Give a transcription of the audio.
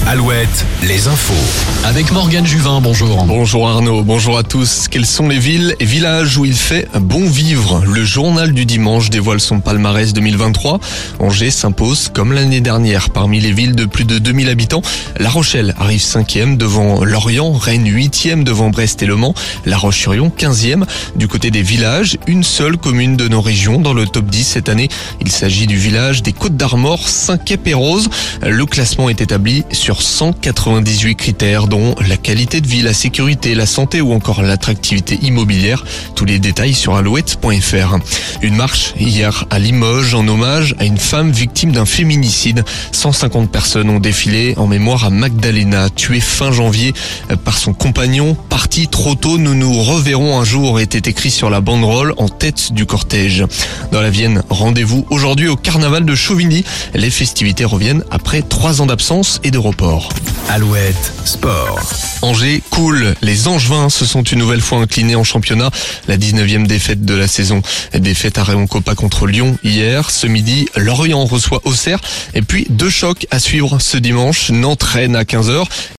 Alouette, les infos. Avec Morgane Juvin, bonjour. Bonjour Arnaud, bonjour à tous. Quelles sont les villes et villages où il fait bon vivre? Le journal du dimanche dévoile son palmarès 2023. Angers s'impose comme l'année dernière parmi les villes de plus de 2000 habitants. La Rochelle arrive 5e devant Lorient, Rennes 8e devant Brest et Le Mans, La Roche-sur-Yon 15e. Du côté des villages, une seule commune de nos régions dans le top 10 cette année. Il s'agit du village des Côtes d'Armor, Saint-Quay-Pérouse. Le classement est établi sur 198 critères dont la qualité de vie, la sécurité, la santé ou encore l'attractivité immobilière. Tous les détails sur alouette.fr. Une marche hier à Limoges en hommage à une femme victime d'un féminicide. 150 personnes ont défilé en mémoire à Magdalena, tuée fin janvier par son compagnon. Parti trop tôt, nous nous reverrons un jour, était écrit sur la banderole en tête du cortège. Dans la Vienne, rendez-vous aujourd'hui au carnaval de Chauvigny. Les festivités reviennent après 3 ans d'absence et de report. Alouette, sport. Angers coule. Les Angevins se sont une nouvelle fois inclinés en championnat. La 19e défaite de la saison. Défaite à Rayon Copa contre Lyon hier. Ce midi, Lorient reçoit Auxerre. Et puis 2 chocs à suivre ce dimanche. Nantes-Rennes à 15h.